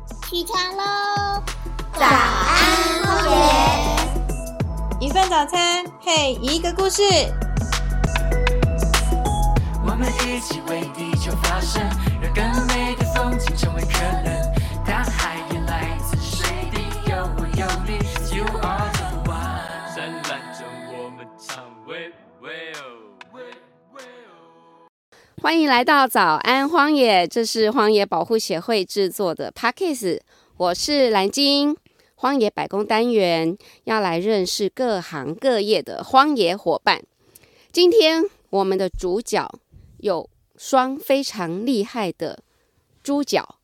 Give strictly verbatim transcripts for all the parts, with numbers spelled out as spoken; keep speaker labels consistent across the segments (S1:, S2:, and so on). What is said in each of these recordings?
S1: 起床喽！
S2: 早安，荒
S3: 野！一份早餐配一个故事。
S4: 我们一起为地球发声，让更美的风景成为可能。大海也来自水滴，有我有你 ，You are the one。灿烂中我们唱喂喂哦喂喂哦。
S2: 欢迎来到早安荒野，这是荒野保护协会制作的 Podcast， 我是蓝晶。荒野百工单元要来认识各行各业的荒野伙伴。今天我们的主角有双非常厉害的猪脚，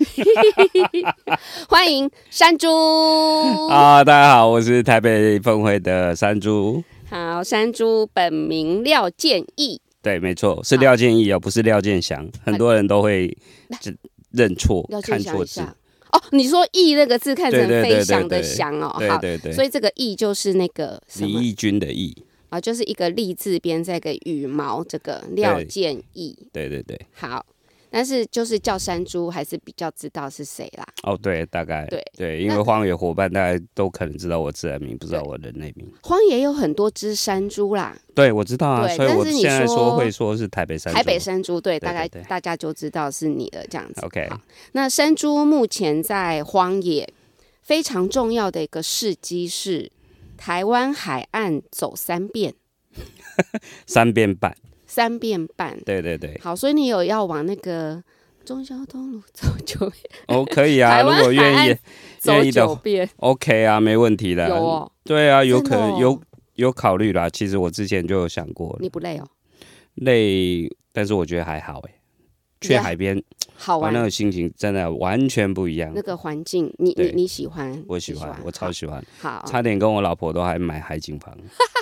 S2: 欢迎山猪。
S5: 啊，大家好，我是台北分会的山猪。
S2: 好，山猪本名廖建义。
S5: 对，没错，是廖建义哦，不是廖建祥。很多人都会认错、看错字。
S2: 哦，你说义那个字看成飞翔的翔哦，
S5: 对对对，
S2: 所以这个义就是那个
S5: 李义军的义
S2: 啊，就是一个立字边再一个羽毛，这个廖建义。
S5: 对对对，
S2: 好，但是就是叫山猪还是比较知道是谁啦。
S5: 哦，对，大概
S2: 对
S5: 对，因为荒野伙伴大家都可能知道我自然名，不知道我人类名。
S2: 荒野有很多只山猪啦，
S5: 对，我知道啊，所以我现在说会说是台北山猪。
S2: 台北山猪，对，
S5: 对对对
S2: 大概大家就知道是你了，这样子。
S5: OK，
S2: 那山猪目前在荒野非常重要的一个事迹是台湾海岸走三遍，
S5: 三遍半，
S2: 三遍半。
S5: 对对对，
S2: 好，所以你有要往那个中消东路走九遍？
S5: 哦，可以啊，如果愿意，
S2: 走九遍
S5: ，OK 啊，没问题的。
S2: 有哦，
S5: 对啊，有可能、
S2: 哦、
S5: 有有考虑啦。其实我之前就有想过了。
S2: 你不累哦？
S5: 累，但是我觉得还好哎。去海边
S2: 好玩，
S5: 那个心情真的完全不一样。
S2: 那个环境，你你你喜欢？
S5: 我喜欢，我超喜欢。
S2: 好，
S5: 差点跟我老婆都还买海景房。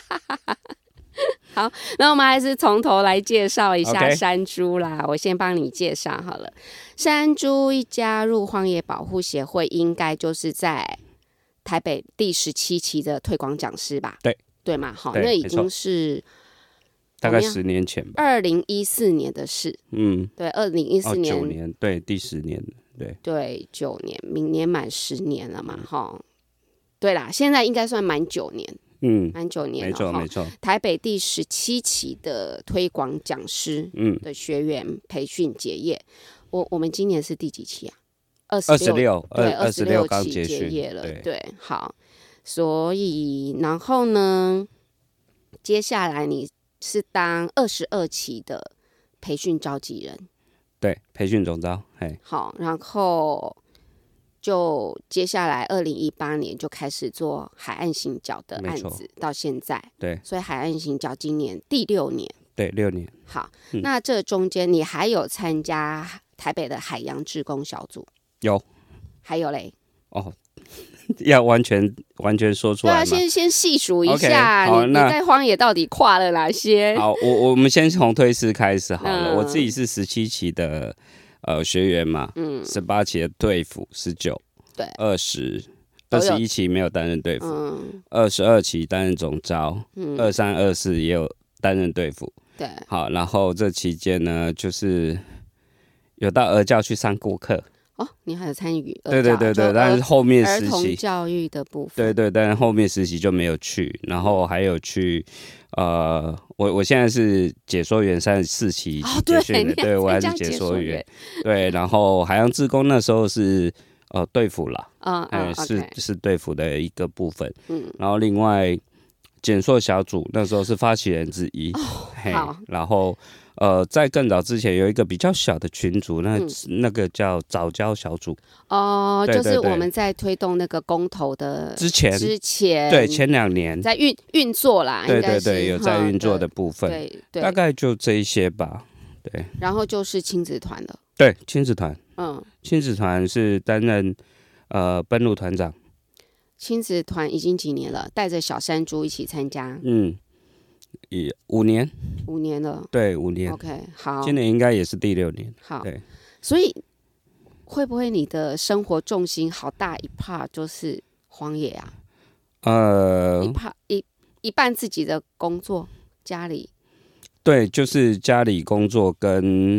S2: 好，那我们还是从头来介绍一下
S5: Okay.
S2: 山猪啦。我先帮你介绍好了。山猪一加入荒野保护协会，应该就是在台北第十七期的推广讲师吧？
S5: 对，
S2: 对嘛？好，那已经是
S5: 大概十年前吧，
S2: 二零一四年的事。嗯，对，二零一四年，
S5: 九、哦、年，对，第十年，对，
S2: 对，九年，明年满十年了嘛？哈、嗯，对啦，现在应该算满九年。嗯，满九年了，
S5: 没错没错。
S2: 台北第十七期的推广讲师的学员培训结业，我我们今年是第几期啊？二十六，对，二十六期结业了，对，对，好。所以，然后呢，接下来你是当二十二期的培训召集人，
S5: 对，培训总召，嘿，
S2: 好，然后。就接下来，二零一八年就开始做海岸行脚的案子，到现在，
S5: 对，
S2: 所以海岸行脚今年第六年，
S5: 对，六年。
S2: 好，嗯、那这中间你还有参加台北的海洋志工小组？
S5: 有，
S2: 还有嘞？
S5: 哦，要完全完全说出来吗？
S2: 对啊，先先细数一下
S5: okay,
S2: 你，你在荒野到底跨了哪些？
S5: 好，我我们先从推师开始好了。嗯、我自己是十七期的。呃，学员嘛，嗯，十八期的队辅，十九，
S2: 对，
S5: 二十，二十一期没有担任队辅，嗯，二十二期担任总召，嗯，二三、二四也有担任队辅，
S2: 对，
S5: 好，然后这期间呢，就是有到儿教去上过课，
S2: 哦，你还有参与，
S5: 对对对对，但是后面实习
S2: 儿童教育的部分，
S5: 对对，但是后面实习就没有去，然后还有去。呃，我我现在是解说员，三十四期解训的，
S2: 哦、对,
S5: 对我还是解说员，对，然后海洋志工那时候是呃队辅啦，
S2: 嗯嗯，
S5: 是、
S2: okay.
S5: 是队辅的一个部分，嗯，然后另外减塑小组那时候是发起人之一，
S2: 哦、
S5: 嘿，
S2: 好，
S5: 然后呃，在更早之前有一个比较小的群组，那、嗯、那个叫早教小组
S2: 哦，对对对，就是我们在推动那个公投的
S5: 之前，
S2: 之前
S5: 对前两年
S2: 在运运作啦，
S5: 对对对，有在运作的部分，
S2: 对对，
S5: 大概就这一些吧，对。
S2: 然后就是亲子团了，
S5: 对，亲子团，
S2: 嗯，
S5: 亲子团是担任呃奔路团长。
S2: 亲子团已经几年了，带着小山猪一起参加，
S5: 嗯。也五年，
S2: 五年了，
S5: 对，五年。
S2: OK， 好，
S5: 今年应该也是第六年。
S2: 好，
S5: 对，
S2: 所以会不会你的生活重心好大一 part 就是荒野啊？呃，一 part 一一半自己的工作，家里。
S5: 对，就是家里工作跟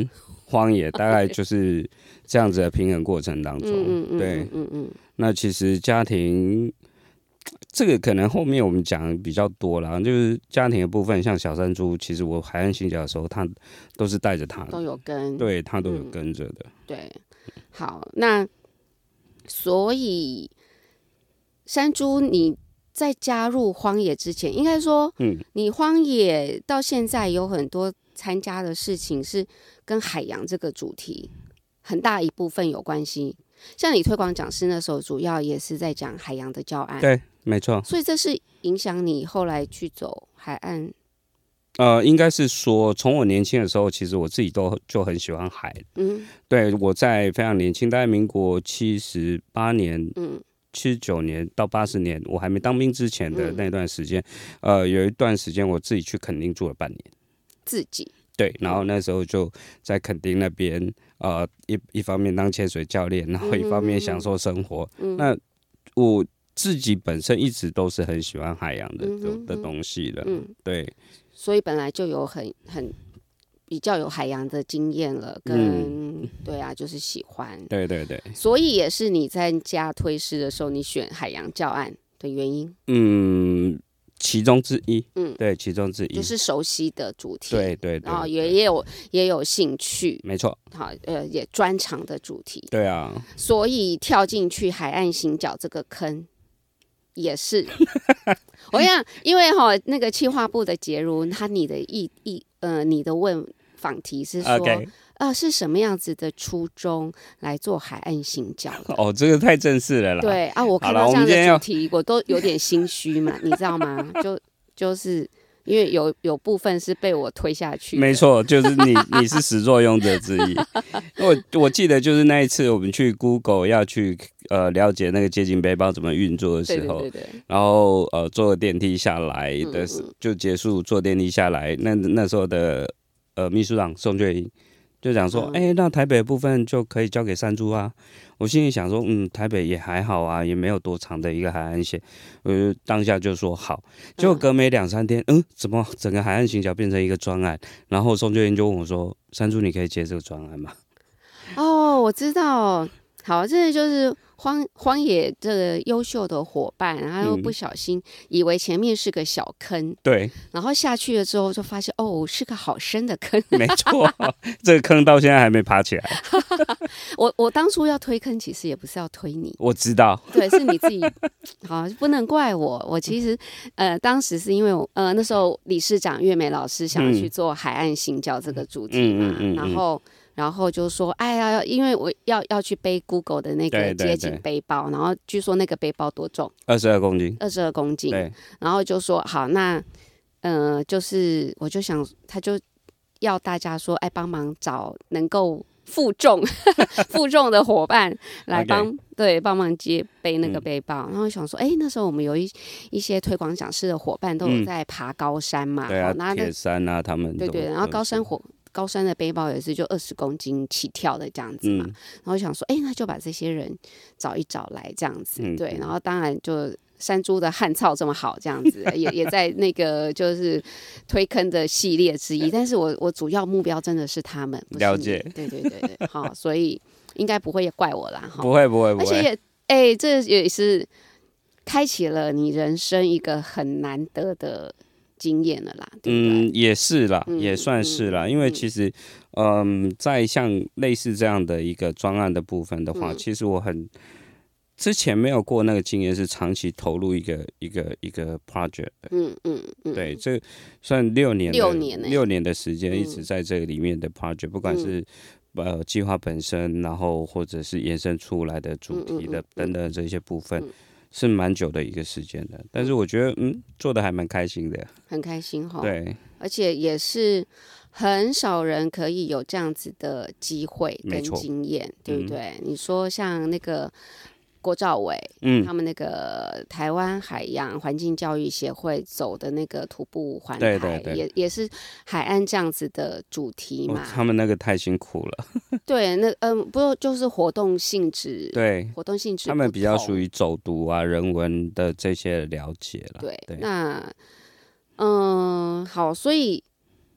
S5: 荒野，大概就是这样子的平衡过程当中。嗯嗯对，嗯 嗯, 嗯。那其实家庭这个可能后面我们讲比较多啦，就是家庭的部分，像小山猪，其实我海岸行脚的时候，他都是带着他的，
S2: 都有跟，
S5: 对他都有跟着的、嗯。
S2: 对，好，那所以山猪你在加入荒野之前，应该说，嗯，你荒野到现在有很多参加的事情是跟海洋这个主题很大一部分有关系。像你推广讲师那时候，主要也是在讲海洋的教案，
S5: 对，没错。
S2: 所以这是影响你后来去走海岸。
S5: 呃，应该是说，从我年轻的时候，其实我自己都就很喜欢海。嗯，对，我在非常年轻，大概民国七十八年，嗯，七十九年到八十年，我还没当兵之前的那段时间，嗯、呃，有一段时间我自己去垦丁住了半年，
S2: 自己。
S5: 对，然后那时候就在垦丁那边，呃，一一方面当潜水教练，然后一方面享受生活。嗯、那我自己本身一直都是很喜欢海洋的、嗯、的东西的，嗯，对，
S2: 所以本来就有很很比较有海洋的经验了，跟、嗯、对啊，就是喜欢，
S5: 对对对，
S2: 所以也是你在家推师的时候，你选海洋教案的原因，
S5: 嗯。其中之一，嗯，对，其中之一
S2: 就是熟悉的主题，
S5: 对 对, 对，
S2: 然后也也有也有兴趣，
S5: 没错，
S2: 好，呃，也专长的主题，
S5: 对啊，
S2: 所以跳进去海岸行脚这个坑也是，我想，因为哈、哦、那个企划部的杰如，他你的意意呃你的问访题是说。Okay.呃，是什么样子的初衷来做海岸行脚的？
S5: 哦，这个太正式了啦。
S2: 对啊，我看到这样的主题，我, 我都有点心虚嘛，你知道吗？就就是因为有有部分是被我推下去。
S5: 没错，就是你你是始作俑者之一。我我记得就是那一次我们去 Google 要去呃了解那个接近背包怎么运作的时候，
S2: 对对对对，
S5: 然后呃坐电梯下来的时、嗯、就结束坐电梯下来，那那时候的呃秘书长宋俊英。就讲说，哎、嗯欸，那台北的部分就可以交给山猪啊。我心里想说，嗯，台北也还好啊，也没有多长的一个海岸线。我就当下就说好。结果隔没两三天，嗯，怎么整个海岸行脚变成一个专案？然后宋俊英就问我说：“山猪，你可以接这个专案吗？”
S2: 哦，我知道。好，这就是荒荒野这个优秀的伙伴，然后又不小心以为前面是个小坑，嗯、
S5: 对，
S2: 然后下去了之后就发现哦，是个好深的坑。
S5: 没错，这个坑到现在还没爬起来。
S2: 我我当初要推坑，其实也不是要推你，
S5: 我知道，
S2: 对，是你自己。好，不能怪我。我其实呃，当时是因为我呃那时候理事长月美老师想要去做海岸行脚这个主题嘛，嗯嗯嗯嗯、然后。然后就说，哎呀，因为我要要去背 Google 的那个街景背包，对对对，然后据说那个背包多重？
S5: 二十二公斤。
S2: 二十二公斤。对。然后就说好，那呃，就是我就想，他就要大家说，哎，帮忙找能够负重负重的伙伴来帮、okay. 对帮忙接背那个背包。嗯、然后想说，哎，那时候我们有一一些推广讲师的伙伴都有在爬高山嘛，
S5: 嗯、对啊，铁山啊，他们
S2: 对对，然后高山伙。高山的背包也是就二十公斤起跳的这样子嘛，嗯、然后想说，哎、欸，那就把这些人找一找来这样子，嗯、对，然后当然就山猪的汉草这么好这样子，也也在那个就是推坑的系列之一，但是我我主要目标真的是他们，不是你，
S5: 了解，
S2: 对对对对，好，所以应该不会怪我啦，
S5: 不会不会不会，
S2: 而且也哎、欸，这也是开启了你人生一个很难得的。经验了啦，对不对？
S5: 嗯，也是啦，嗯、也算是啦，嗯、因为其实，嗯，在像类似这样的一个专案的部分的话，嗯、其实我很之前没有过那个经验，是长期投入一个一个一个 project 的。嗯嗯嗯，对，这算六年
S2: 六年、欸、
S5: 六年的时间，一直在这个里面的 project，、嗯、不管是呃计划本身，然后或者是延伸出来的主题的、嗯嗯嗯、等等这些部分。嗯是蛮久的一个时间的，但是我觉得嗯做的还蛮开心的，
S2: 很开心哈。
S5: 对，
S2: 而且也是很少人可以有这样子的机会跟经验，对不对？嗯、你说像那个郭兆伟，嗯，他们那个台湾海洋环境教育协会走的那个徒步环台，对对对，也也是海岸这样子的主题嘛。
S5: 哦、他们那个太辛苦了。
S2: 对，那嗯，不就是活动性质？
S5: 对，
S2: 活动性质，
S5: 他们比较属于走读啊、人文的这些了解了。
S2: 对，对那嗯，好，所以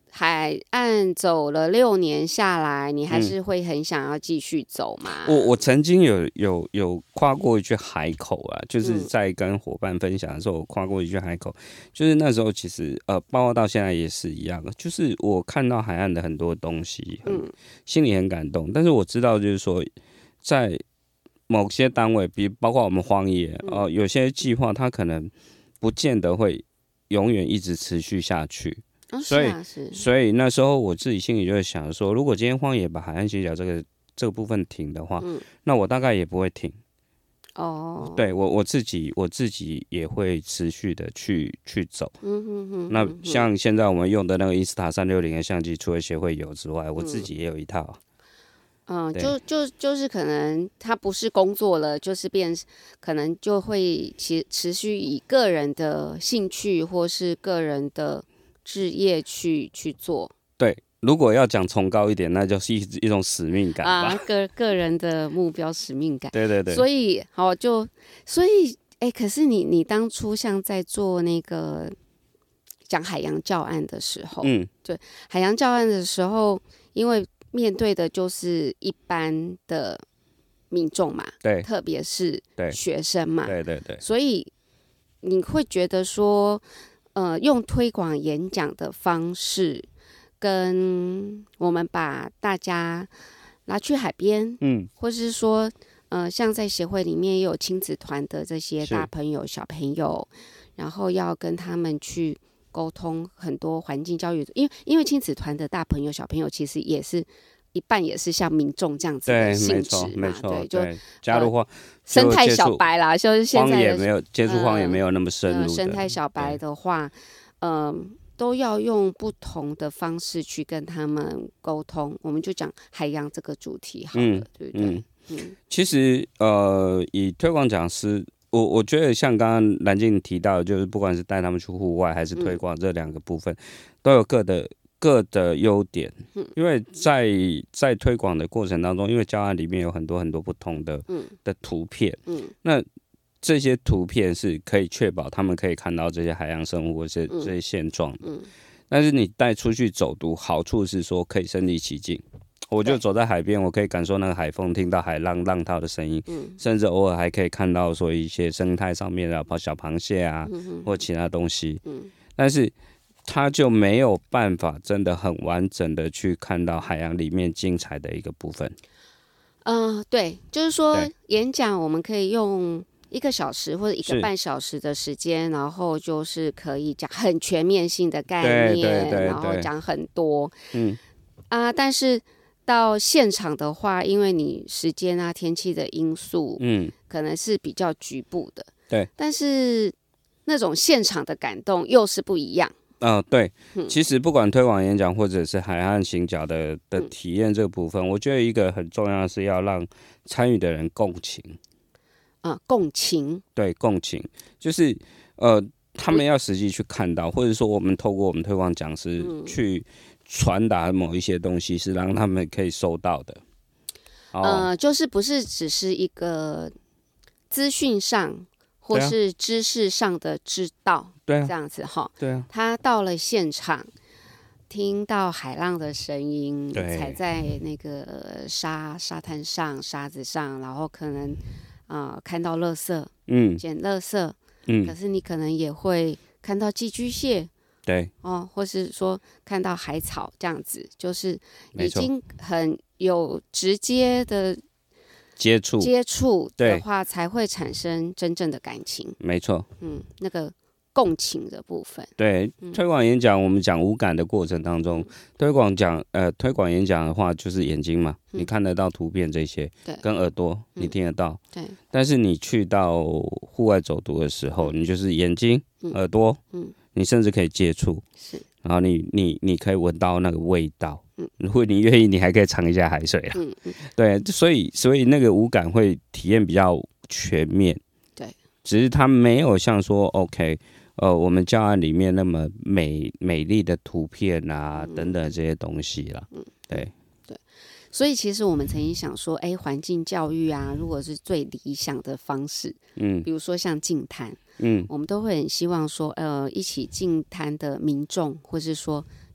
S2: 海岸走了六年下来，你还是会很想要继续走吗？
S5: 嗯、我我曾经有有有跨过一句海口啊，就是在跟伙伴分享的时候，我跨过一句海口，就是那时候其实呃，包括到现在也是一样的，就是我看到海岸的很多东西，嗯，心里很感动，但是我知道就是说，在某些单位，比如包括我们荒野哦、呃，有些计划它可能不见得会永远一直持续下去。
S2: 哦、
S5: 所以、
S2: 啊、
S5: 所以那时候我自己心里就会想说，如果今天荒野把海岸行脚这个这个部分停的话，嗯、那我大概也不会停。哦，对我我自己我自己也会持续的去去走。嗯哼哼。那像现在我们用的那个 Insta 三六零的相机，除了协会有之外，我自己也有一套。
S2: 嗯，就就就是可能他不是工作了，就是变，可能就会持持续以个人的兴趣或是个人的事业去去做。对，
S5: 如果要讲崇高一点，那就是一一种使命感吧。
S2: 啊，个个人的目标使命感。
S5: 对对对。
S2: 所以好就所以哎、欸，可是你你当初像在做那个讲海洋教案的时候，嗯，对，海洋教案的时候，因为面对的就是一般的民众嘛，
S5: 对，
S2: 特别是学生嘛，
S5: 对对对，
S2: 所以你会觉得说。呃，用推广演讲的方式，跟我们把大家拉去海边，嗯，或是说，呃，像在协会里面也有亲子团的这些大朋友、小朋友，然后要跟他们去沟通很多环境教育，因为因为亲子团的大朋友、小朋友其实也是。一半也是像民众这样子的性质嘛，
S5: 没错，
S2: 对，就
S5: 加入荒、呃、
S2: 生态小白啦，就是现在
S5: 荒野没有接触荒野没有那么深入的、呃、
S2: 生态小白的话，嗯、呃，都要用不同的方式去跟他们沟通。我们就讲海洋这个主题好了，嗯、对不对？嗯，
S5: 嗯其实呃，以推广讲师，我我觉得像刚刚蓝静提到的，就是不管是带他们去户外还是推广这两个部分，嗯、都有各的。各的优点，因为在在推广的过程当中，因为教案里面有很多很多不同的、嗯、的图片，嗯，那这些图片是可以确保他们可以看到这些海洋生物或是这些现状的，嗯，但是你带出去走读，好处是说可以身临其境，我就走在海边，我可以感受那个海风，听到海浪浪涛的声音，嗯，甚至偶尔还可以看到说一些生态上面的小螃蟹啊，嗯、或其他东西，嗯，但是。他就没有办法真的很完整的去看到海洋里面精彩的一个部分。
S2: 嗯、呃，对，就是说演讲我们可以用一个小时或者一个半小时的时间，然后就是可以讲很全面性的概念，
S5: 对对对对
S2: 然后讲很多。嗯啊，但是到现场的话，因为你时间啊、天气的因素，嗯，可能是比较局部的。
S5: 对，
S2: 但是那种现场的感动又是不一样。
S5: 嗯、呃，对，其实不管推广演讲或者是海岸行脚的的体验这个部分，嗯、我觉得一个很重要的是要让参与的人共情。
S2: 啊、呃，共情，
S5: 对，共情就是呃，他们要实际去看到，或者说我们透过我们推广讲师去传达某一些东西，是让他们可以收到的。
S2: 哦、呃，就是不是只是一个资讯上。或是知识上的知道，
S5: 对啊，
S2: 这样子哈，
S5: 对啊，
S2: 他到了现场，听到海浪的声音，踩在那个沙沙滩上、沙子上，然后可能啊、呃、看到垃圾，嗯，捡垃圾，嗯，可是你可能也会看到寄居蟹，
S5: 对，
S2: 哦，或是说看到海草这样子，就是已经很有直接的。
S5: 接触
S2: 接触的话，才会产生真正的感情。
S5: 没错，
S2: 嗯，那个共情的部分。
S5: 对，嗯、推广演讲，我们讲无感的过程当中，嗯、推广讲呃，推广演讲的话，就是眼睛嘛，嗯、你看得到图片这些，
S2: 对，
S5: 跟耳朵你听得到，
S2: 对。
S5: 但是你去到户外走读的时候，你就是眼睛、嗯、耳朵，嗯，你甚至可以接触，
S2: 是，
S5: 然后你你你可以闻到那个味道。如果你愿意，你还可以尝一下海水啦。嗯嗯，对，所以所以那个五感会体验比较全面。
S2: 对，
S5: 只是它没有像说 OK， 呃，我们教案里面那么美美丽的图片啊、嗯、等等这些东西啦。嗯，对
S2: 对。所以其实我们曾经想说，哎，环境教育啊，如果是最理想的方式，嗯，比如说像净滩，嗯，我们都会很希望说，呃，一起净滩的民众，或是说。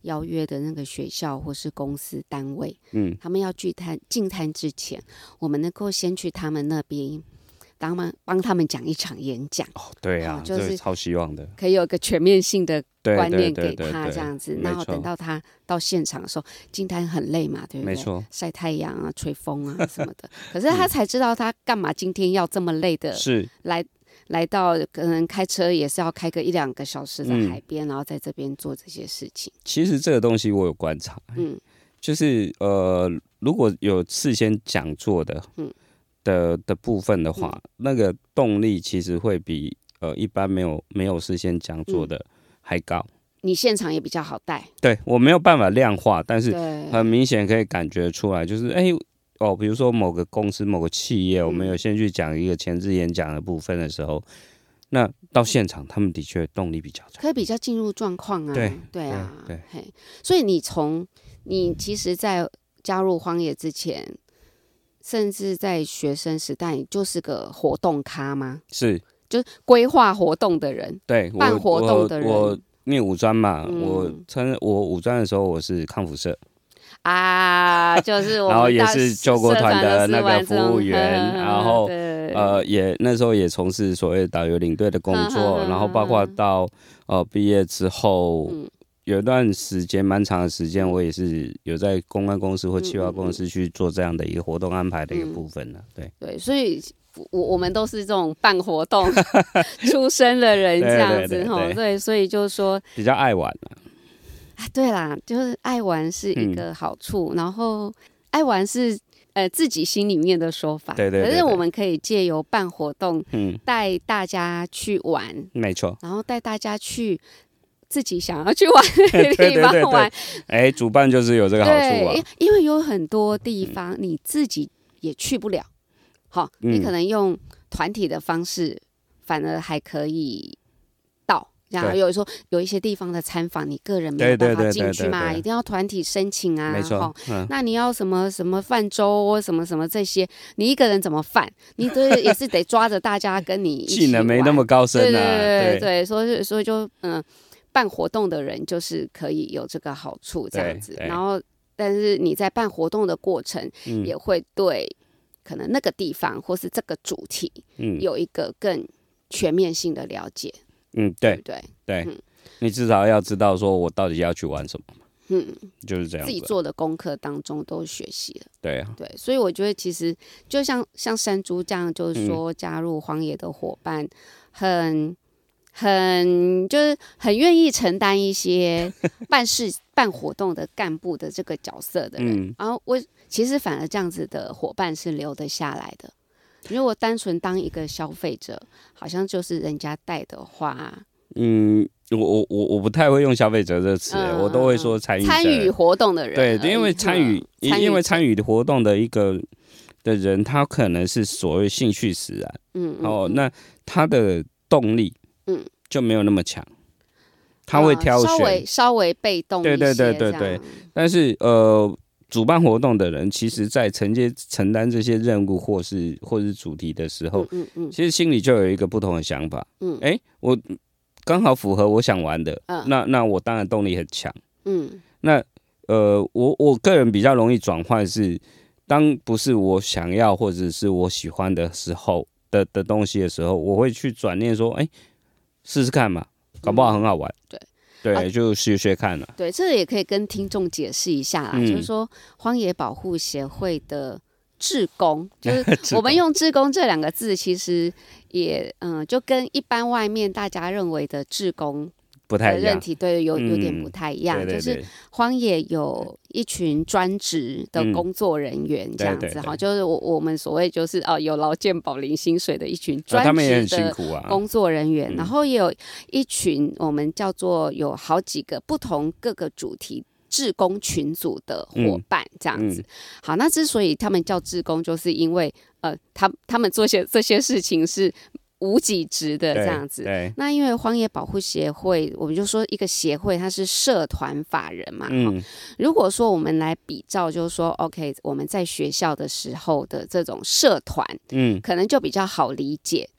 S2: 邀约的那个学校或是公司单位，
S5: 嗯，
S2: 他们要聚摊进摊之前，我们能够先去他们那边。帮忙帮他们讲一场演讲
S5: 哦，对啊，
S2: 就是
S5: 这超希望的，
S2: 可以有个全面性的观念给
S5: 对对对对对
S2: 他这样子，然后等到他到现场的时候，进摊很累嘛，对不对？
S5: 没错，
S2: 晒太阳啊、吹风啊什么的，可是他才知道他干嘛今天要这么累的
S5: 是
S2: 来来到，可能开车也是要开个一两个小时的海边，嗯、然后在这边做这些事情。
S5: 其实这个东西我有观察，嗯，就是呃，如果有事先讲座的，嗯。的的部分的话，嗯、那个动力其实会比呃一般没有没有事先讲座的还高。
S2: 你现场也比较好带。
S5: 对，我没有办法量化，但是很明显可以感觉出来，就是哎、欸、哦，比如说某个公司、某个企业，我们有先去讲一个前置演讲的部分的时候，嗯、那到现场他们的确动力比较强，
S2: 可以比较进入状况啊。
S5: 对
S2: 对啊，
S5: 对，
S2: 嘿，所以你从你其实，在加入荒野之前。甚至在学生时代，你就是个活动咖吗？
S5: 是，
S2: 就是规划活动的人，
S5: 对，
S2: 办活动的人。
S5: 我, 我念五专嘛，嗯、我参我五专的时候，我是康复社
S2: 啊，就是我们
S5: 然后也是救国团的那个服务员，然后呃也那时候也从事所谓导游领队的工作，然后包括到呃毕业之后。嗯有一段时间，蛮长的时间，我也是有在公关公司或企划公司去做这样的一个活动安排的一个部分呢、啊。对
S2: 对，所以我我们都是这种办活动出身的人，这样子哈。对，所以就是说
S5: 比较爱玩啊。
S2: 啊，对啦，就是爱玩是一个好处，嗯、然后爱玩是呃自己心里面的说法。
S5: 对 对, 对, 对。
S2: 可是我们可以借由办活动，嗯，带大家去玩，
S5: 没错，
S2: 然后带大家去。自己想要去玩的地方玩，
S5: 哎，主办就是有这个好处啊。
S2: 因为有很多地方你自己也去不了，好、嗯，你可能用团体的方式，反而还可以到。然后有时候有一些地方的参访，你个人没有办法进去嘛，一定要团体申请啊。
S5: 没错、
S2: 嗯，那你要什么什么泛舟，什么什么这些，你一个人怎么泛？你这也是得抓着大家跟你一起玩。
S5: 技能没那么高深啊。
S2: 对对对对，所以所以就嗯。办活动的人就是可以有这个好处，这样子。然后，但是你在办活动的过程，嗯、也会对可能那个地方或是这个主题，嗯、有一个更全面性的了解。
S5: 嗯，对，
S2: 对对，
S5: 对嗯、你至少要知道说我到底要去玩什么嘛。嗯，就是这样。
S2: 自己做的功课当中都学习了。
S5: 对啊，
S2: 对，所以我觉得其实就像像山猪这样，就是说、嗯、加入荒野的伙伴，很。很就是很愿意承担一些办事办活动的干部的这个角色的人，嗯、然后我其实反而这样子的伙伴是留得下来的。如果单纯当一个消费者，好像就是人家带的话，
S5: 嗯，我我我我不太会用消费者这个词、嗯，我都会说参与
S2: 参与活动的人。
S5: 对，因为参与、嗯，因为参与活动的一个的人，他可能是所谓兴趣使然，嗯，哦，那他的动力。嗯，就没有那么强，他会挑选，
S2: 呃、稍微稍微被动一些，
S5: 对对对对对。但是呃，主办活动的人，其实在承接承担这些任务或是或是主题的时候，嗯嗯嗯，其实心里就有一个不同的想法，嗯，哎、欸，我刚好符合我想玩的，嗯、那那我当然动力很强，嗯，那呃，我我个人比较容易转换是，当不是我想要或者是我喜欢的时候的的东西的时候，我会去转念说，哎、欸。试试看嘛，搞不好很好玩。嗯、对对、啊，就学学看了。
S2: 对，这个也可以跟听众解释一下啦，嗯、就是说荒野保护协会的志工，就是我们用志工这两个字，其实也嗯，就跟一般外面大家认为的志工
S5: 不太一样，
S2: 对，有有点不太一样。嗯、对对对，就是荒野有一群专职的工作人员这样子哈、嗯，就是我我们所谓就是哦有劳健保领薪水的一群专职的工作人员，啊啊、然后也有一群我们叫做有好几个不同各个主题志工群组的伙伴这样子。嗯嗯、好，那之所以他们叫志工，就是因为呃他他们做些这些事情是无给职的这样子。那因为荒野保护协会，我们就说一个协会，它是社团法人嘛。嗯、如果说我们来比照，就是说 ，OK， 我们在学校的时候的这种社团，嗯，可能就比较好理解。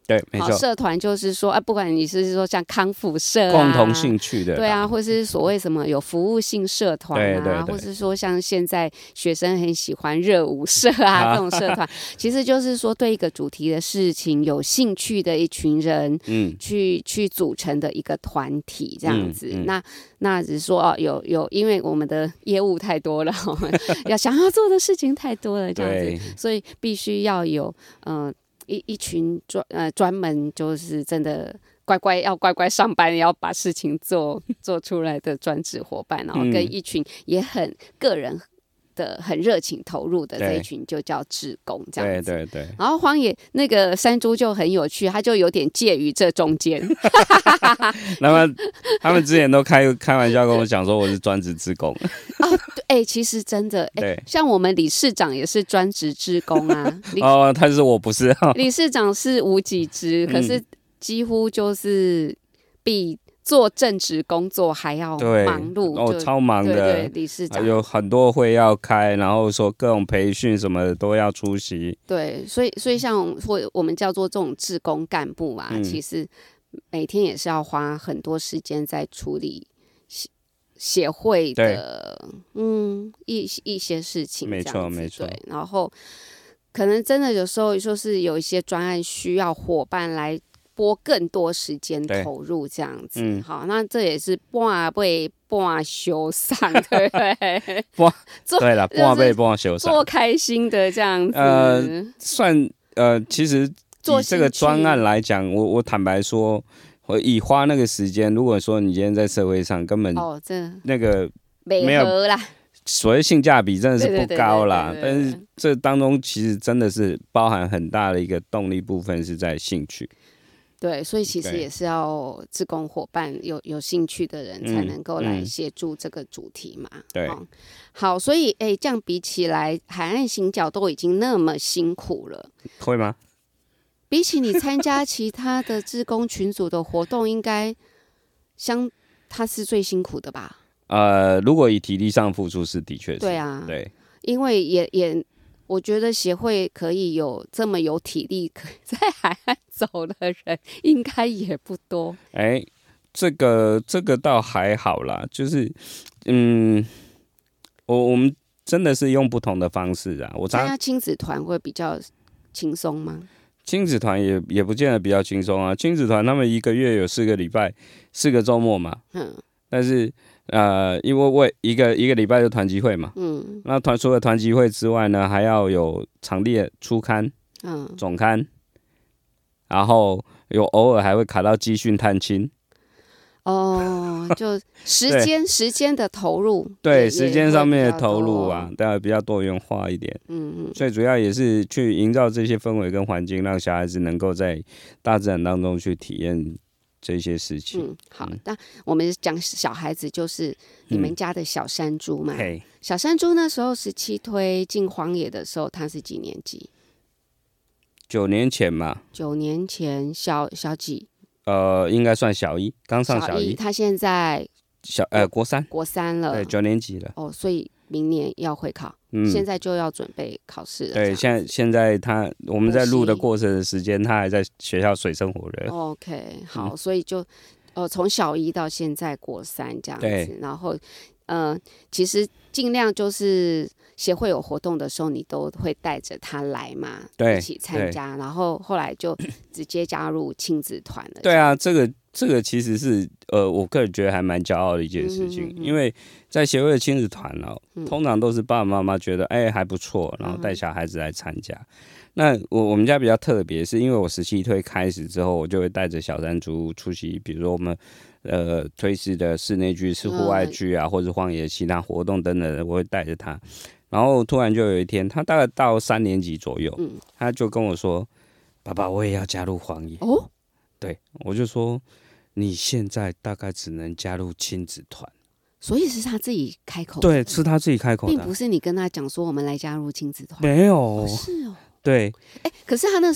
S5: 对，没错。
S2: 社团就是说，啊，不管你是说像康复社、啊、
S5: 共同兴趣的，
S2: 对啊，或是所谓什么有服务性社团啊，
S5: 对对对，
S2: 或是说像现在学生很喜欢热舞社啊这种社团，其实就是说对一个主题的事情有兴趣的一群人，嗯，去去组成的一个团体这样子。嗯嗯、那那只是说哦，有有，因为我们的业务太多了，我们要想要做的事情太多了，这样子，所以必须要有嗯。呃一一群专呃专门就是真的乖乖要乖乖上班，要把事情做做出来的专职伙伴，然后跟一群也很个人的很热情投入的这一群就叫志工这样子。对对对。然后荒野那个山猪就很有趣，他就有点介于这中间。
S5: 那么他们之前都开开玩笑跟我讲说我是专职志工。
S2: 哦，哎、欸，其实真的，哎、欸，像我们理事长也是专职志工啊。
S5: 哦，但是我不是、啊。
S2: 理事长是无给职，可是几乎就是比做正职工作还要忙碌，
S5: 哦，超忙的。
S2: 对对，理事长
S5: 有很多会要开，然后说各种培训什么的都要出席。
S2: 对，所以所以像我我们叫做这种志工干部啊，嗯、其实每天也是要花很多时间在处理协会的嗯一一些事情，
S5: 没错没错。
S2: 对，然后可能真的有时候就是有一些专案需要伙伴来拨更多时间投入这样子。嗯、好，那这也是半被半修上，对不对？
S5: 半对了，半被半修上，
S2: 做开心的这样子。
S5: 呃，算呃，其实以这个专案来讲，我我坦白说。我以花那个时间，如果说你今天在社会上根本
S2: 哦，这
S5: 那个没有啦，所谓性价比真的是不高啦。但是这当中其实真的是包含很大的一个动力部分是在兴趣。
S2: 对，所以其实也是要志工伙伴有有兴趣的人才能够来协助这个主题嘛。嗯嗯、对、哦，好，所以哎，这样比起来，海岸行脚都已经那么辛苦了，
S5: 会吗？
S2: 比起你参加其他的志工群组的活动，应该相它是最辛苦的吧？
S5: 呃，如果以体力上付出是的确是，
S2: 对啊，
S5: 对，
S2: 因为也也，我觉得协会可以有这么有体力可以在海岸走的人，应该也不多。
S5: 哎，这个这个倒还好啦，就是嗯，我我们真的是用不同的方式啊。我
S2: 参加亲子团会比较轻松吗？
S5: 亲子团也也不见得比较轻松啊。亲子团他们一个月有四个礼拜，四个周末嘛。嗯。但是呃，因为我一个一个礼拜就团集会嘛。嗯。那团除了团集会之外呢，还要有场地的初刊、嗯，总刊，然后有偶尔还会卡到集训探亲。
S2: 哦，就时间时间的投入，
S5: 对时间上面的投入啊，当然比较多元化一点。嗯嗯，最主要也是去营造这些氛围跟环境，让小孩子能够在大自然当中去体验这些事情。
S2: 嗯，好，那、嗯、我们讲小孩子，就是你们家的小山猪嘛。嗯、小山猪那时候十七推进荒野的时候，他是几年级？
S5: 九年前嘛。
S2: 九年前，小小几？
S5: 呃，应该算小一，刚上小一。
S2: 他现在
S5: 小呃国三，
S2: 国三了，
S5: 对，九年级了。
S2: 哦，所以明年要会考，嗯，现在就要准备考试了。
S5: 对，现在现在他我们在录的过程的时间，他还在学校水生活的。
S2: OK， 好，嗯、所以就呃从小一到现在国三这样子，然后呃其实尽量就是协会有活动的时候，你都会带着他来嘛，一起参加，然后后来就直接加入亲子团了。
S5: 对啊，这个这个其实是呃，我个人觉得还蛮骄傲的一件事情，嗯嗯嗯，因为在协会的亲子团哦，嗯、通常都是爸爸妈妈觉得哎、欸、还不错，然后带小孩子来参加。嗯、那我我们家比较特别，是因为我十七推开始之后，我就会带着小山猪出席，比如说我们呃推示的室内剧、是户外剧啊，嗯、或者荒野其他活动等等的，我会带着他。然后突然就有一天，他大概到三年级左右，嗯、他就跟我说：“爸爸，我也要加入荒野。”哦，对，我就说：“你现在大概只能加入亲子团。”
S2: 所以是他自己开口的，
S5: 对，是他自己开口的，
S2: 并不是你跟他讲说我们来加入亲子团。
S5: 没有，
S2: 哦是哦，
S5: 对。
S2: 哎，可是他那时候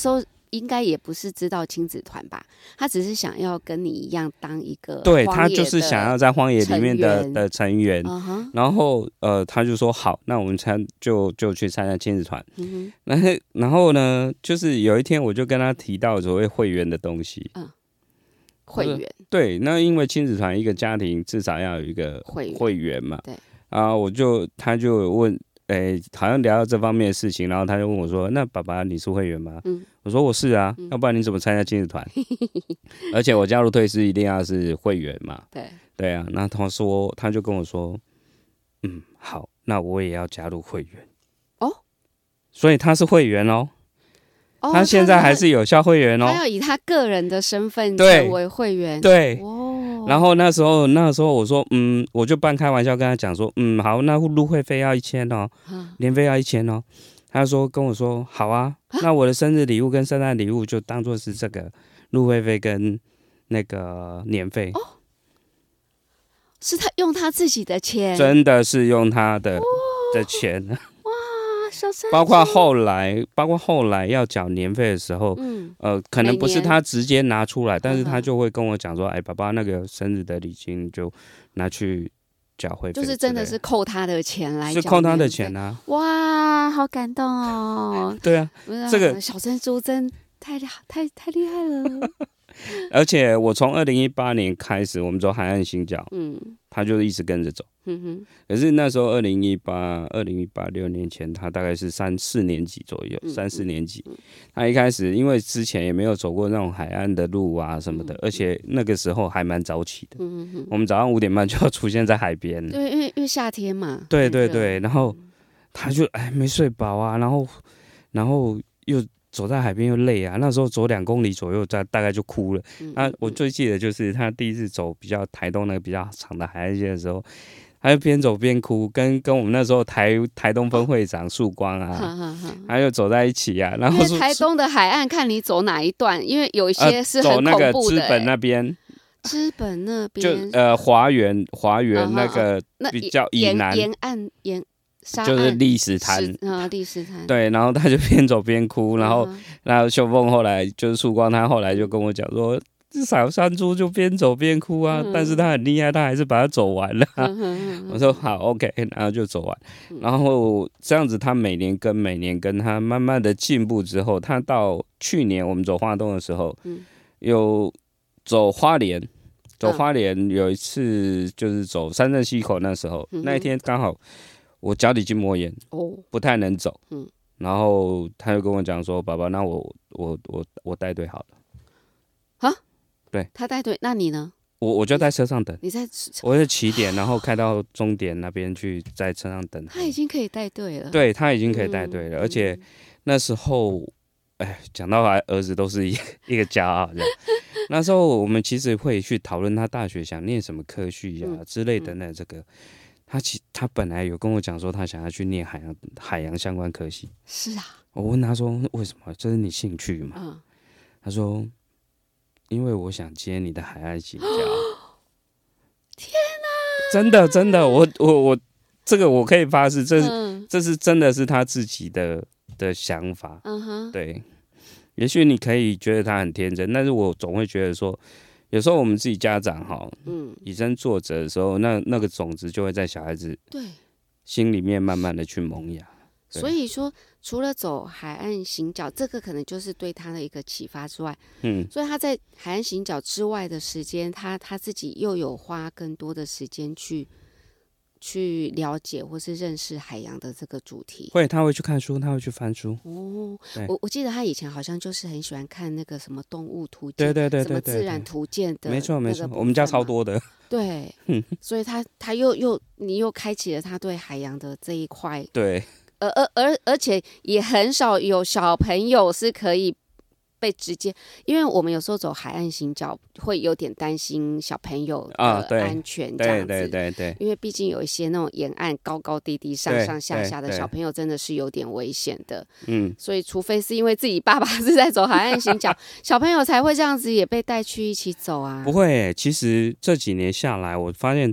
S2: 应该也不是知道亲子团吧，他只是想要跟你一样当一个
S5: 对他就是想要在荒野里面的的成员，
S2: uh-huh.
S5: 然后呃他就说好，那我们参就就去参加亲子团，
S2: 嗯、
S5: 然后然后呢，就是有一天我就跟他提到所谓会员的东西，
S2: 嗯，会员
S5: 对，那因为亲子团一个家庭至少要有一个会员嘛，
S2: 对，
S5: 啊，我就他就问。诶，好像聊到这方面的事情，然后他就问我说：“那爸爸你是会员吗？”嗯、我说：“我是啊，嗯、要不然你怎么参加亲子团？而且我加入退师一定要是会员嘛。”
S2: 对
S5: 对啊，那他说他就跟我说：“嗯，好，那我也要加入会员。”哦，所以他是会员哦。哦他现在还是有效会员哦。
S2: 他要以他个人的身份成为会员。
S5: 对。对哦然后那时候，那时候我说，嗯，我就半开玩笑跟他讲说，嗯，好，那入会费要一千哦，年费要一千哦。他说跟我说，好啊，那我的生日礼物跟圣诞礼物就当做是这个入会费跟那个年费。哦，
S2: 是他用他自己的钱，
S5: 真的是用他的、哦、的钱。包括后来，包括后来要缴年费的时候，嗯，呃，可能不是他直接拿出来，但是他就会跟我讲说，哎，爸爸那个生日的礼金就拿去缴会费，
S2: 就是真的是扣他的钱来，
S5: 是扣他的钱啊！
S2: 哇，好感动哦！
S5: 对啊，这个
S2: 小珍珠真太太太厉害了。
S5: 而且我从二零一八年开始，我们走海岸行脚，嗯，他就一直跟着走，嗯哼。可是那时候二零一八、二零一八六年前，他大概是三四年级左右，嗯、三四年级。嗯、他一开始因为之前也没有走过那种海岸的路啊什么的，嗯、而且那个时候还蛮早起的，嗯哼。我们早上五点半就要出现在海边，
S2: 对，因为因为夏天嘛。
S5: 对对对，然后他就哎没睡饱啊，然后然后又。走在海边又累啊，那时候走两公里左右，大大概就哭了。嗯、啊，我最记得就是他第一次走比较台东那个比较长的海岸线的时候，他就边走边哭，跟跟我们那时候台台东分会长曙光啊，哦、还有走在一起啊。然后
S2: 因为台东的海岸看你走哪一段，因为有一些是很恐怖的、欸呃。走那个
S5: 知本那边，
S2: 知本那边
S5: 就呃华园华园那个比较以南
S2: 沿岸沿。
S5: 就是历史滩
S2: 啊，历史滩
S5: 对，然后他就边走边哭，然后，嗯、然后秀凤后来就是曙光，他后来就跟我讲说，小山猪就边走边哭啊，嗯、但是他很厉害，他还是把它走完了。嗯嗯、我说好 ，OK， 然后就走完，然后这样子，他每年跟每年跟他慢慢的进步之后，他到去年我们走花东的时候，嗯、有走花莲，走花莲有一次就是走三镇溪口，那时候、嗯、那一天刚好。我脚底筋膜炎，哦，不太能走，嗯，然后他就跟我讲说：“爸爸，那我我我我带队好了。”
S2: 啊？
S5: 对，
S2: 他带队，那你呢？
S5: 我我就在车上等。
S2: 你在？
S5: 我在起点，然后开到终点那边去，在车上等。
S2: 他已经可以带队了。
S5: 对他已经可以带队了，嗯、而且那时候，哎，讲到儿子都是一一个骄傲的。那时候我们其实会去讨论他大学想念什么科系啊、嗯、之类的那这个。他其他本来有跟我讲说，他想要去念海洋海洋相关科系。
S2: 是啊，
S5: 我问他说为什么？这是你兴趣吗？嗯、他说，因为我想接你的海岸行脚。
S2: 天哪！
S5: 真的真的，我我我这个我可以发誓，这是、嗯、这是真的是他自己的的想法。嗯哼，对。也许你可以觉得他很天真，但是我总会觉得说。有时候我们自己家长哈，嗯，以身作则的时候，那那个种子就会在小孩子对心里面慢慢的去萌芽。
S2: 所以说，除了走海岸行脚，这个可能就是对他的一个启发之外，嗯，所以他在海岸行脚之外的时间，他他自己又有花更多的时间去。去了解或是认识海洋的这个主题，
S5: 会他会去看书，他会去翻书。
S2: 哦，我我记得他以前好像就是很喜欢看那个什么动物图鉴，
S5: 对对对对对，
S2: 什么自然图鉴的，
S5: 没错没错，我们家超多的。
S2: 对，所以他他又又你又开启了他对海洋的这一块，
S5: 对，
S2: 而而而而且也很少有小朋友是可以。被直接，因为我们有时候走海岸行脚会有点担心小朋友的安全这样子，
S5: 哦、对, 对, 对, 对, 对，
S2: 因为毕竟有一些那种沿岸高高低低、上上下下的小朋友真的是有点危险的，嗯，所以除非是因为自己爸爸是在走海岸行脚，小朋友才会这样子也被带去一起走啊。
S5: 不会、欸，其实这几年下来，我发现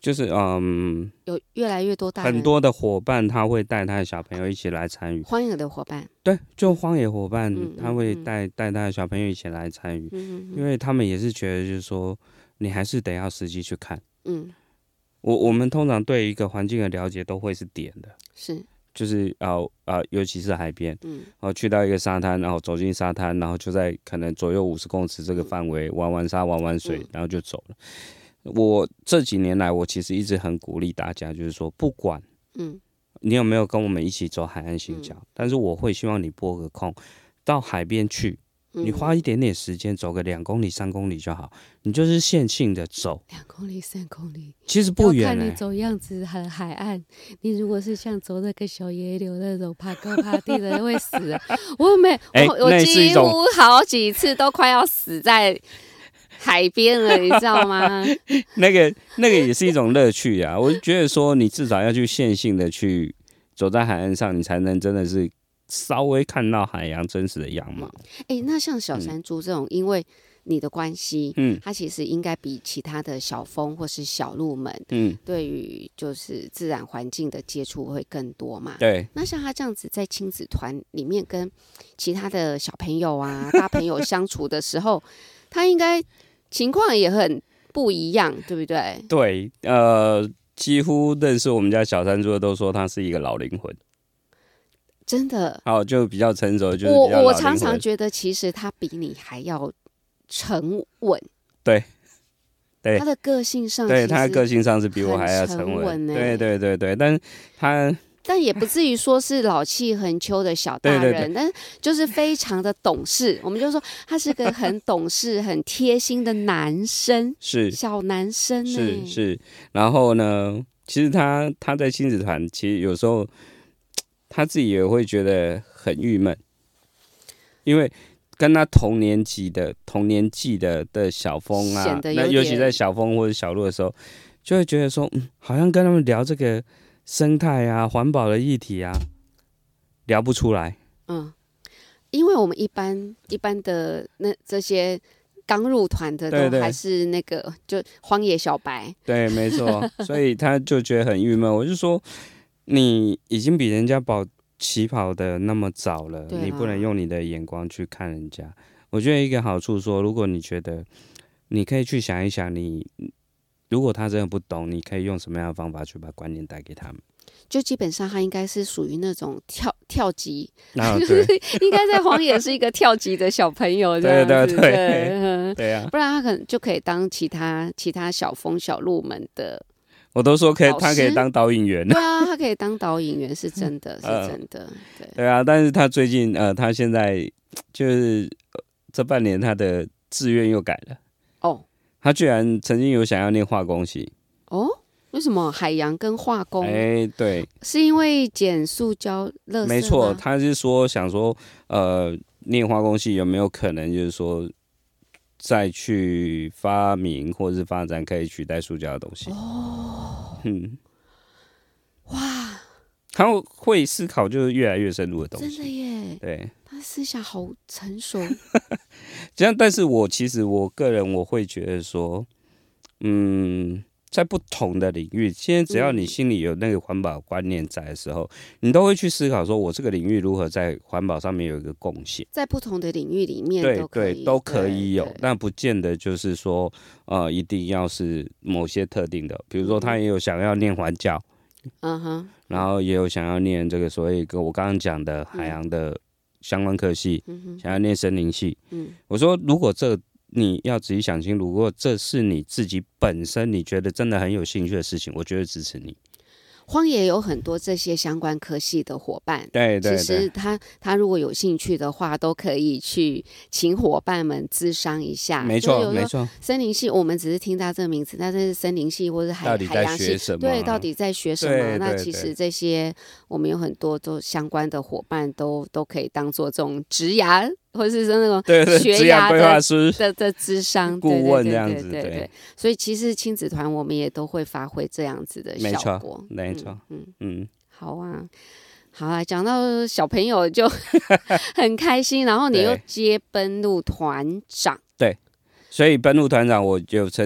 S5: 就是嗯，
S2: 有越来越多大人，
S5: 很多的伙伴他会带他的小朋友一起来参与。
S2: 荒野的伙伴，
S5: 对，就荒野伙伴，
S2: 嗯、
S5: 他会带带他的小朋友一起来参与、嗯，因为他们也是觉得就是说，你还是得要实际去看。嗯，我我们通常对一个环境的了解都会是点的，
S2: 是。
S5: 就是呃呃，尤其是海边，嗯，然后去到一个沙滩，然后走进沙滩，然后就在可能左右五十公尺这个范围玩玩沙、玩玩水，然后就走了。我这几年来，我其实一直很鼓励大家，就是说，不管嗯你有没有跟我们一起走海岸行脚、嗯，但是我会希望你拨个空到海边去。你花一点点时间走个两公里、三公里就好，你就是线性的走。
S2: 两公里、三公里，
S5: 其实不远、欸。
S2: 看你走样子很海岸，你如果是像走那个小野柳那种爬高爬低的，会死的。我每、欸、我我几乎好几次都快要死在海边了，你知道吗？
S5: 那个那个也是一种乐趣啊！我觉得说，你至少要去线性的去走在海岸上，你才能真的是。稍微看到海洋真实的样貌。
S2: 哎、欸，那像小山猪这种、嗯，因为你的关系，嗯，它其实应该比其他的小蜂或是小鹿们，嗯，对于就是自然环境的接触会更多嘛。
S5: 对。
S2: 那像他这样子在亲子团里面跟其他的小朋友啊、大朋友相处的时候，他应该情况也很不一样，对不对？
S5: 对，呃，几乎认识我们家小山猪的都说他是一个老灵魂。
S2: 真的，
S5: 好，就比较成熟，就是
S2: 我我常常觉得，其实他比你还要沉稳。
S5: 对，对，
S2: 他的个性上，
S5: 对，他的个性上是比我还要沉稳。对对对对，但是他，
S2: 但也不至于说是老气横秋的小大人，对对对，但就是非常的懂事。我们就说他是个很懂事、很贴心的男生，
S5: 是
S2: 小男生、
S5: 欸，是是。然后呢，其实他他在亲子团，其实有时候。他自己也会觉得很郁闷，因为跟他同年级的、同年纪的的小蜂啊，那尤其在小蜂或者小鹿的时候，就会觉得说，嗯，好像跟他们聊这个生态啊、环保的议题啊，聊不出来。嗯，
S2: 因为我们一般一般的那这些刚入团的，都还是那个就荒野小白。
S5: 对，没错，所以他就觉得很郁闷。我就说。你已经比人家跑起跑的那么早了，你不能用你的眼光去看人家。我觉得一个好处说，如果你觉得你可以去想一想你，你如果他真的不懂，你可以用什么样的方法去把观念带给他们。
S2: 就基本上他应该是属于那种跳跳级，啊、就是应该在荒野是一个跳级的小朋友这样子，
S5: 对对对，对啊，
S2: 不然他可能就可以当其他其他小蜂小鹿们的。
S5: 我都说可以，他可以当导引员。
S2: 对啊，他可以当导引员，是真的，是真的。对
S5: 对啊，但是他最近呃，他现在就是这半年他的志愿又改了。哦，他居然曾经有想要念化工系。
S2: 哦，为什么海洋跟化工？
S5: 哎、欸，对，
S2: 是因为捡塑胶垃圾吗？
S5: 没错，他是说想说，呃，念化工系有没有可能就是说。再去发明或是发展可以取代塑胶的东西哦，嗯，哇，他会思考就是越来越深入的东西，
S2: 真的耶，
S5: 对，
S2: 他思想好成熟。
S5: 这样，但是我其实我个人我会觉得说，嗯。在不同的领域，现在只要你心里有那个环保观念在的时候、嗯，你都会去思考说，我这个领域如何在环保上面有一个贡献。
S2: 在不同的领域里面
S5: 对，
S2: 都可以，
S5: 对，都可以有，但不见得就是说，呃，一定要是某些特定的。比如说，他也有想要念环教，嗯哼，然后也有想要念这个所谓跟我刚刚讲的海洋的相关科系，嗯、想要念森林系。嗯，我说如果这。你要仔细想清楚，如果这是你自己本身你觉得真的很有兴趣的事情，我绝对支持你。
S2: 荒野有很多这些相关科系的伙伴，
S5: 对对对，
S2: 其实他他如果有兴趣的话，都可以去请伙伴们咨商一下。
S5: 没错没错，
S2: 森林系我们只是听到这个名字，但是森林系或是海海洋系，对，到底在学什么？对对对，那其实这些我们有很多都相关的伙伴都都可以当做这种职涯。或者是那种学涯的的的咨商
S5: 顾问这样子，
S2: 对对 对, 对, 对，所以其实亲子团我们也都会发挥这样子的效果，
S5: 没错，嗯 嗯, 嗯，
S2: 好啊，好啊，讲到小朋友就很开心，然后你又接奔路团长，
S5: 对，所以奔路团长我就曾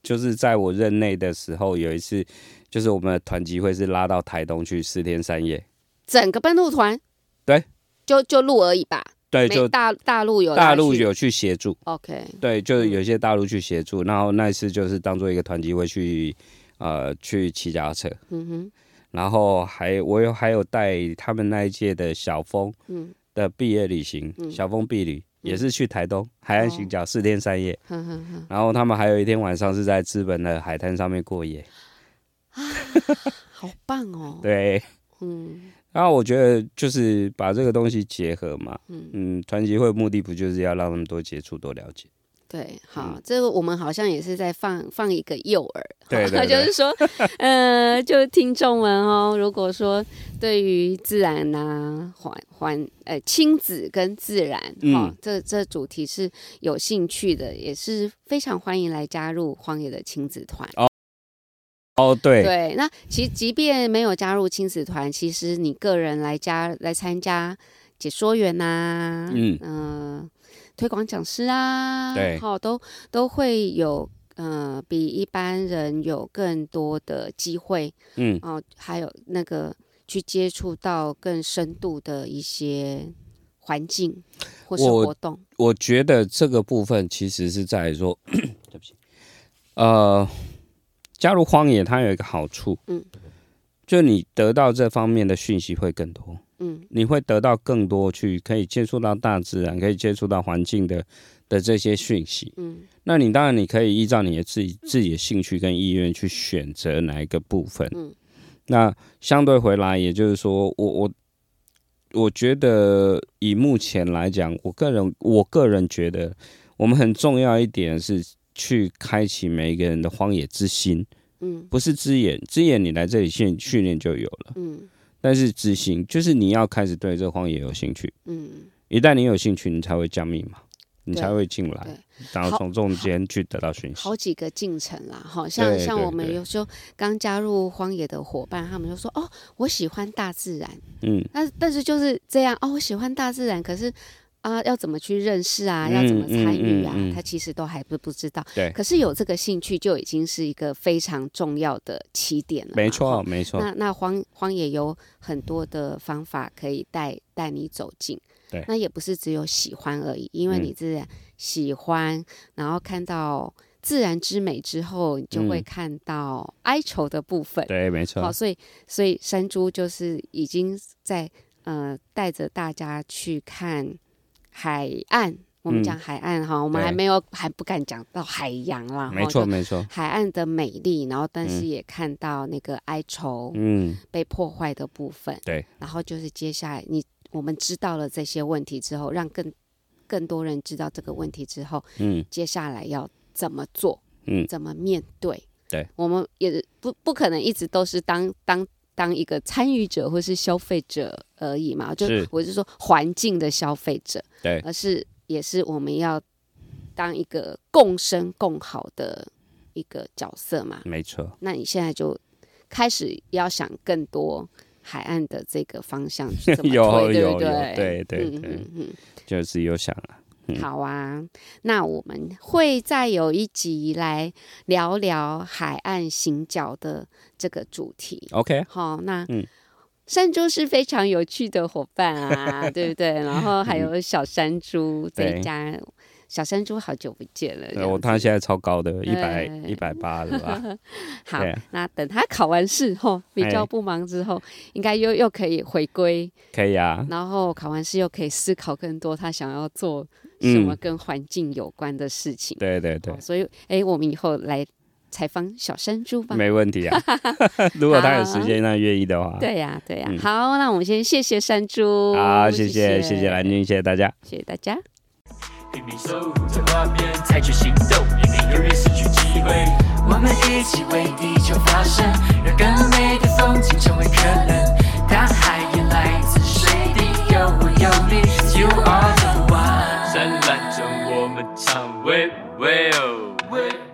S5: 就是在我任内的时候，有一次就是我们的团集会是拉到台东去四天三夜，
S2: 整个奔路团，
S5: 对，
S2: 就就路而已吧。
S5: 对，就
S2: 大大陆有
S5: 大陆有去协助
S2: ，OK，
S5: 对，就有一些大陆去协助，然后那一次就是当做一个团集会去呃去骑脚踏车，嗯哼，然后还我有还有带他们那一届的小峰的毕业旅行，嗯、小峰毕旅、嗯、也是去台东海岸行脚四天三夜，哦、然后他们还有一天晚上是在资本的海滩上面过夜，
S2: 啊，好棒哦，
S5: 对，嗯。然后我觉得就是把这个东西结合嘛，嗯，团集会的目的不就是要让他们多接触、多了解？
S2: 对，好，嗯、这个我们好像也是在放放一个诱饵，
S5: 对对对，
S2: 就是说，呃，就听众们哦，如果说对于自然呐、啊、环环呃亲子跟自然，哈、嗯哦，这这主题是有兴趣的，也是非常欢迎来加入荒野的亲子团。
S5: 哦哦，对
S2: 对，那其即便没有加入亲子团，其实你个人来加来参加解说员呐、啊，嗯呃，推广讲师啊，
S5: 对，
S2: 好、哦，都都会有呃比一般人有更多的机会，嗯，哦，还有那个去接触到更深度的一些环境或是活动。
S5: 我, 我觉得这个部分其实是在说，对不起，呃。加入荒野，它有一个好处，嗯，就你得到这方面的讯息会更多，嗯，你会得到更多去可以接触到大自然，可以接触到环境的的这些讯息，嗯，那你当然你可以依照你的自己自己的兴趣跟意愿去选择哪一个部分，嗯，那相对回来，也就是说，我我我觉得以目前来讲，我个人我个人觉得，我们很重要一点是。去开启每一个人的荒野之心，嗯，不是之眼，之眼你来这里训训练就有了，嗯，但是之心就是你要开始对这个荒野有兴趣，嗯，一旦你有兴趣，你才会加密嘛，你才会进来，然后从中间去得到讯息，
S2: 好几个进程啦，好像像我们有时候刚加入荒野的伙伴，他们就说哦，我喜欢大自然，嗯，但但是就是这样哦，我喜欢大自然，可是。啊，要怎么去认识啊？要怎么参与啊？嗯嗯嗯、他其实都还不不知道。
S5: 对。
S2: 可是有这个兴趣，就已经是一个非常重要的起点了。
S5: 没错，没错。
S2: 那那荒荒野有很多的方法可以带带你走进。
S5: 对。
S2: 那也不是只有喜欢而已，因为你自然喜欢，嗯、然后看到自然之美之后，你就会看到哀愁的部分。
S5: 嗯、对，没错。
S2: 好，所以所以山猪就是已经在呃带着大家去看。海岸，我们讲海岸哈、嗯，我们还没有还不敢讲到海洋啦。
S5: 没错没错，
S2: 海岸的美丽，然后但是也看到那个哀愁，嗯，被破坏的部分。
S5: 对，
S2: 然后就是接下来你我们知道了这些问题之后，让更更多人知道这个问题之后，嗯，接下来要怎么做，嗯，怎么面对？
S5: 对，
S2: 我们也不不可能一直都是当当。当一个参与者或是消费者而已嘛，就我是说环境的消费者，
S5: 对，
S2: 而是也是我们要当一个共生共好的一个角色嘛，
S5: 没错。
S2: 那你现在就开始要想更多海岸的这个方向怎么推，
S5: 有
S2: 对不对？
S5: 对对对，嗯嗯，就是有想了。
S2: 嗯、好啊，那我们会再有一集来聊聊海岸行脚的这个主题。
S5: OK，
S2: 好，那嗯，山猪是非常有趣的伙伴啊，对不对？然后还有小山猪在家。小山猪好久不见了，
S5: 对，我他现在超高的，一百一百八了吧？
S2: 好，那等他考完试后，比较不忙之后，应该又又可以回归，
S5: 可以啊。
S2: 然后考完试又可以思考更多，他想要做什么跟环境有关的事情。
S5: 嗯、对对对，
S2: 所以哎，我们以后来采访小山猪吧，
S5: 没问题啊。如果他有时间，那愿意的话，
S2: 对呀、啊、对呀、啊嗯。好，那我们先谢谢山猪，
S5: 好，谢谢谢谢蓝军，谢谢大家，
S2: 谢谢大家。
S4: 拼命守护着画面，采取行动，避免永远失去机会。我们一起为地球发声，让更美的风景成为可能。大海也来自水滴，有我有你 ，You are the one。灿烂中我们唱，喂喂哦喂。